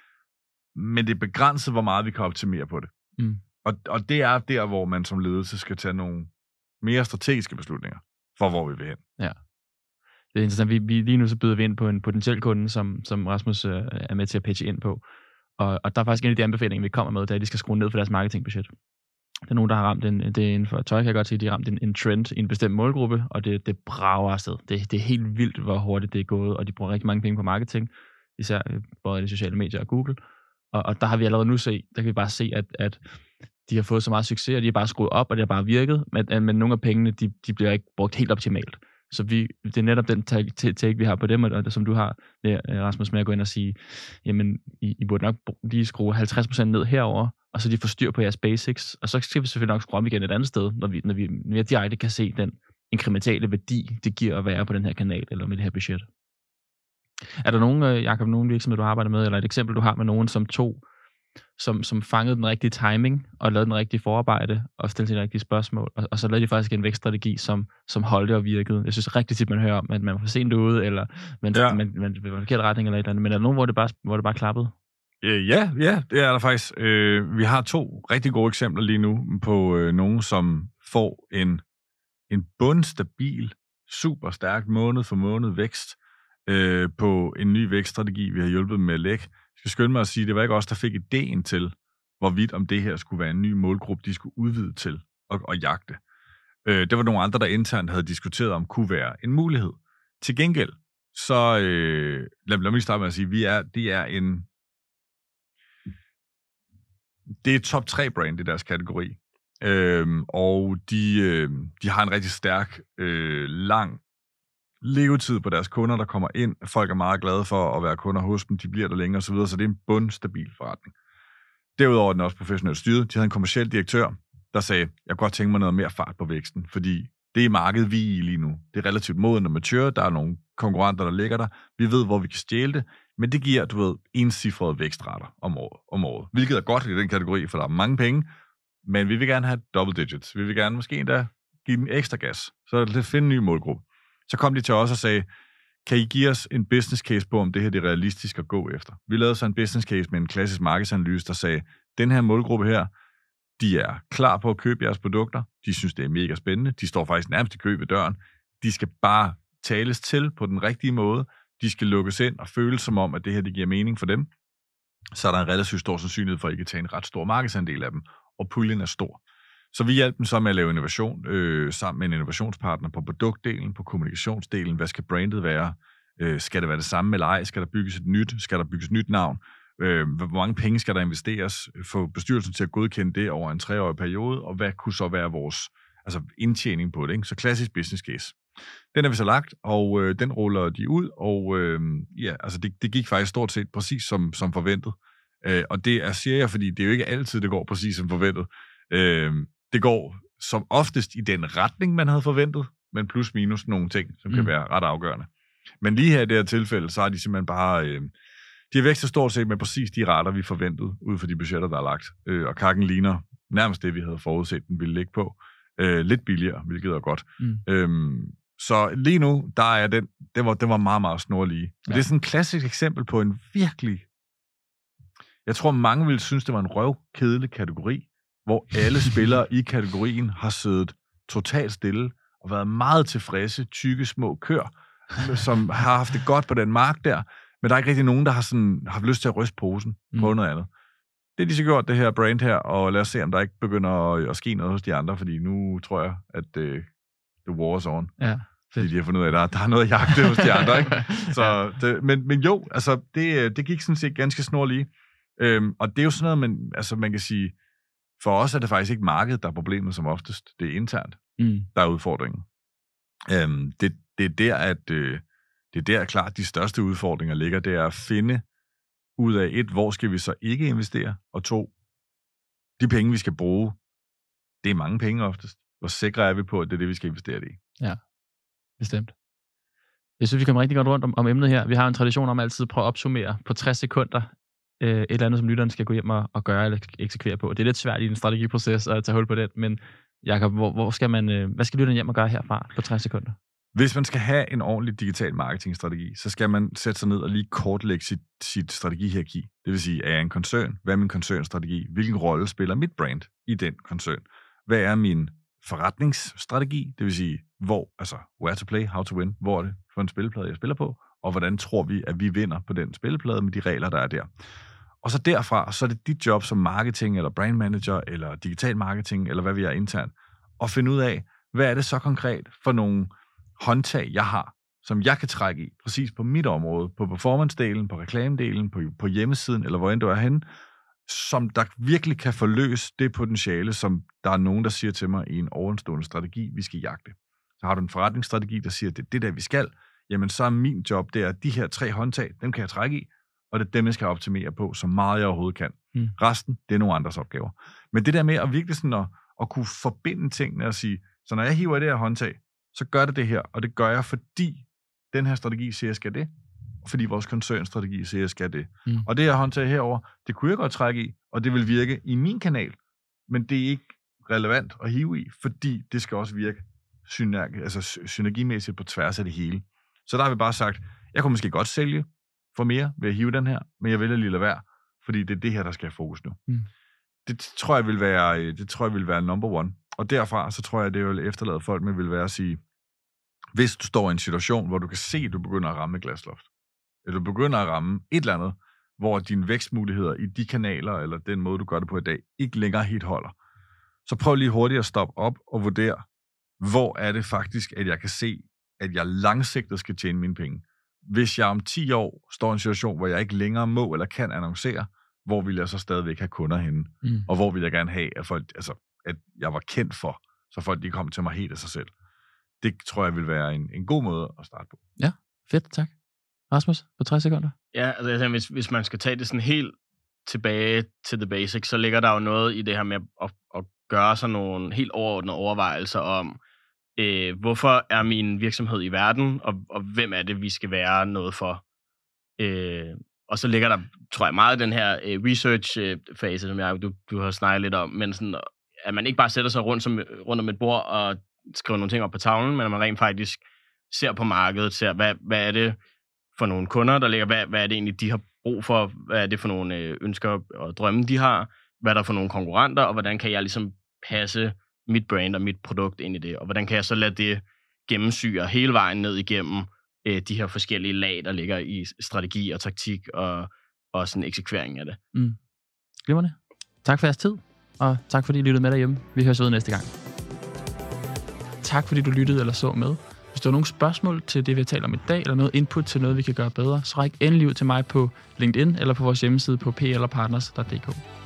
Men det er begrænset, hvor meget vi kan optimere på det. Mm. Og, og det er der, hvor man som ledelse skal tage nogle mere strategiske beslutninger for, hvor vi vil hen. Ja. Det er interessant. Vi, vi, lige nu så byder vi ind på en potentiel kunde, som, som Rasmus øh, er med til at pitche ind på. Og, og der er faktisk en af de anbefalinger, vi kommer med, det er, at de skal skrue ned for deres marketingbudget. Der er nogen, der har ramt en, det er inden for tøj, kan jeg godt sige, de har ramt en, en trend i en bestemt målgruppe, og det, det brager afsted. Det, det er helt vildt, hvor hurtigt det er gået, og de bruger rigtig mange penge på marketing, især både i de sociale medier og Google. Og, og der har vi allerede nu set, der kan vi bare se, at, at de har fået så meget succes, og de har bare skruet op, og det har bare virket, men, men nogle af pengene, de, de bliver ikke brugt helt optimalt. Så vi, det er netop den take, take, vi har på dem, og det, som du har, det, Rasmus, med at gå ind og sige, jamen, I, I burde nok lige skrue halvtreds procent ned herover, og så de får styr på jeres basics, og så skal vi selvfølgelig nok skrue op igen et andet sted, når vi, når vi mere direkte kan se den inkrementale værdi, det giver at være på den her kanal, eller med det her budget. Er der nogen, Jakob, nogen virksomheder, du arbejder med, eller et eksempel, du har med nogen, som tog som, som fangede den rigtige timing, og lavede den rigtige forarbejde, og stillede sine rigtige spørgsmål, og, og så lavede de faktisk en vækststrategi, som, som holdte og virkede. Jeg synes rigtig tit, man hører om, at man var for sent ude, eller man, ja. man, man, man var i forkert retning, eller et eller andet, men er der nogen, hvor det bare, hvor det bare klappede? Ja, ja, det er der faktisk. Øh, vi har to rigtig gode eksempler lige nu på øh, nogen, som får en, en bundstabil, super stærk måned for måned vækst øh, på en ny vækststrategi, vi har hjulpet dem med at lægge. Jeg skal skynde mig at sige, at det var ikke os, der fik ideen til, hvorvidt om det her skulle være en ny målgruppe, de skulle udvide til og, og jagte. Øh, det var nogle andre, der internt havde diskuteret, om kunne være en mulighed. Til gengæld, så øh, lad, lad mig lige starte med at sige, vi er, det er en det er top tre brand i deres kategori. Øhm, og de, øh, de har en rigtig stærk, øh, lang levetid på deres kunder, der kommer ind. Folk er meget glade for at være kunder hos dem. De bliver der længere osv., så det er en bundstabil forretning. Derudover er den også professionelt styret. De havde en kommerciel direktør, der sagde, jeg kunne godt tænke mig noget mere fart på væksten, fordi det er markedet, vi er i lige nu. Det er relativt moden og mature. Der er nogle konkurrenter, der ligger der. Vi ved, hvor vi kan stjæle det. Men det giver, du ved, encifrede vækstrater om året, om året. Hvilket er godt i den kategori, for der er mange penge. Men vi vil gerne have double digits. Vi vil gerne måske endda give den ekstra gas. Så er det at finde en ny målgruppe. Så kom de til os og sagde, kan I give os en business case på, om det her det er realistisk at gå efter? Vi lavede så en business case med en klassisk markedsanalyse, der sagde, den her målgruppe her, de er klar på at købe jeres produkter. De synes, det er mega spændende. De står faktisk nærmest i kø ved døren. De skal bare tales til på den rigtige måde. De skal lukkes ind og føle som om, at det her det giver mening for dem. Så er der en relativt stor sandsynlighed for, at I kan tage en ret stor markedsandel af dem. Og puljen er stor. Så vi hjælper dem så med at lave innovation øh, sammen med en innovationspartner på produktdelen, på kommunikationsdelen. Hvad skal brandet være? Øh, skal det være det samme eller ej? Skal der bygges et nyt? Skal der bygges et nyt navn? Øh, hvor mange penge skal der investeres? Få bestyrelsen til at godkende det over en treårig periode? Og hvad kunne så være vores altså indtjening på det? Ikke? Så klassisk business case. Den har vi så lagt, og øh, den ruller de ud, og øh, ja, altså det, det gik faktisk stort set præcis som, som forventet. Øh, og det er, siger jeg, fordi det er jo ikke altid, det går præcis som forventet. Øh, det går som oftest i den retning, man havde forventet, men plus minus nogle ting, som mm. kan være ret afgørende. Men lige her i det her tilfælde, så har de simpelthen bare... Øh, de har vækstet stort set med præcis de retter, vi forventede, ud fra de budgetter, der er lagt. Øh, og kakken ligner nærmest det, vi havde forudset, den ville ligge på. Øh, lidt billigere, hvilket er godt. Mm. Øh, så lige nu, der er den, det var, det var meget, meget snorlige. Ja. Det er sådan et klassisk eksempel på en virkelig... Jeg tror, mange ville synes, det var en røvkedelig kategori, hvor alle spillere i kategorien har siddet totalt stille og været meget tilfredse, tykke små køer, som har haft det godt på den mark der, men der er ikke rigtig nogen, der har sådan, haft lyst til at ryste posen mm. på noget andet. Det er de så gjort, det her brand her, og lad os se, om der ikke begynder at, at ske noget hos de andre, fordi nu tror jeg, at uh, the war is on. Ja. Fordi de har fundet ud af, at der, der er noget at jagte hos de andre, ikke? Så det, men, men jo, altså, det, det gik sådan set ganske snorlige. Øhm, og det er jo sådan noget, man, altså, man kan sige, for os er det faktisk ikke markedet, der er problemet som oftest. Det er internt, mm. der er udfordringen. Øhm, det, det er der, at øh, det er der klart, de største udfordringer ligger, det er at finde ud af, et, hvor skal vi så ikke investere, og to, de penge, vi skal bruge, det er mange penge oftest. Hvor sikre er vi på, at det er det, vi skal investere i? Ja, bestemt. Jeg synes, vi kommer rigtig godt rundt om, om emnet her. Vi har en tradition om altid at prøve at opsummere på tres sekunder øh, et eller andet, som lytteren skal gå hjem og, og gøre eller eksekvere på. Det er lidt svært i en strategiproces at tage hul på den, men Jakob, hvor, hvor skal man, øh, hvad skal lytteren hjem og gøre herfra på tres sekunder? Hvis man skal have en ordentlig digital marketingstrategi, så skal man sætte sig ned og lige kortlægge sit, sit strategihierarki. Det vil sige, er jeg en koncern? Hvad er min koncernstrategi? Hvilken rolle spiller mit brand i den koncern? Hvad er min forretningsstrategi? Det vil sige, hvor, altså, where to play, how to win, hvor er det for en spilleplade, jeg spiller på, og hvordan tror vi, at vi vinder på den spilleplade med de regler, der er der. Og så derfra, så er det dit job som marketing, eller brand manager, eller digital marketing, eller hvad vi er internt, at finde ud af, hvad er det så konkret for nogle håndtag, jeg har, som jeg kan trække i, præcis på mit område, på performance-delen, på reklamedelen, på, på hjemmesiden, eller hvor end du er henne, som der virkelig kan forløse det potentiale, som der er nogen, der siger til mig i en ovenstående strategi, vi skal jagte. Så har du en forretningsstrategi, der siger, at det er det der, vi skal, jamen så er min job, det er, at de her tre håndtag, dem kan jeg trække i, og det er dem, jeg skal optimere på, så meget jeg overhovedet kan. Mm. Resten, det er nogle andres opgaver. Men det der med at virkelig sådan at, at kunne forbinde tingene og sige, så når jeg hiver det her håndtag, så gør det det her, og det gør jeg, fordi den her strategi siger, jeg skal det, fordi vores koncernstrategi siger, at jeg skal det. Mm. Og det, jeg håndterer herover, det kunne jeg godt trække i, og det vil virke i min kanal, men det er ikke relevant at hive i, fordi det skal også virke synergi, altså synergimæssigt på tværs af det hele. Så der har vi bare sagt, jeg kunne måske godt sælge for mere ved at hive den her, men jeg vælger lige lade være, fordi det er det her, der skal have fokus nu. Mm. Det tror jeg vil være, det tror jeg vil være number one. Og derfra, så tror jeg, det vil efterlade folk med, vil være at sige, hvis du står i en situation, hvor du kan se, at du begynder at ramme glasloft, eller du begynder at ramme et eller andet, hvor dine vækstmuligheder i de kanaler, eller den måde, du gør det på i dag, ikke længere helt holder, så prøv lige hurtigt at stoppe op og vurdere, hvor er det faktisk, at jeg kan se, at jeg langsigtet skal tjene mine penge. Hvis jeg om ti år står i en situation, hvor jeg ikke længere må eller kan annoncere, hvor vil jeg så stadigvæk have kunder henne? Mm. Og hvor vil jeg gerne have, at, folk, altså, at jeg var kendt for, så folk de kom til mig helt af sig selv. Det tror jeg vil være en, en god måde at starte på. Ja, fedt, tak. Rasmus, på tre sekunder. Ja, altså jeg tænker, hvis, hvis man skal tage det sådan helt tilbage til the basics, så ligger der jo noget i det her med at, at gøre sig nogle helt overordnede overvejelser om, øh, hvorfor er min virksomhed i verden, og, og hvem er det, vi skal være noget for. Øh, og så ligger der, tror jeg, meget den her øh, research-fase, som jeg, du, du har snakket lidt om, men sådan, at man ikke bare sætter sig rundt, som, rundt om et bord og skriver nogle ting op på tavlen, men at man rent faktisk ser på markedet, ser, hvad, hvad er det for nogle kunder, der ligger, hvad, hvad er det egentlig, de har brug for, hvad er det for nogle øh, ønsker og drømme, de har, hvad er der for nogle konkurrenter, og hvordan kan jeg ligesom passe mit brand og mit produkt ind i det, og hvordan kan jeg så lade det gennemsyre hele vejen ned igennem øh, de her forskellige lag, der ligger i strategi og taktik og, og sådan eksekvering af det. Mm. Glimrende. Tak for jeres tid, og tak fordi I lyttede med derhjemme. Vi høres ud næste gang. Tak fordi du lyttede eller så med. Hvis du har nogle spørgsmål til det, vi har talt om i dag, eller noget input til noget, vi kan gøre bedre, så ræk endelig ud til mig på LinkedIn eller på vores hjemmeside på p l partners punktum d k.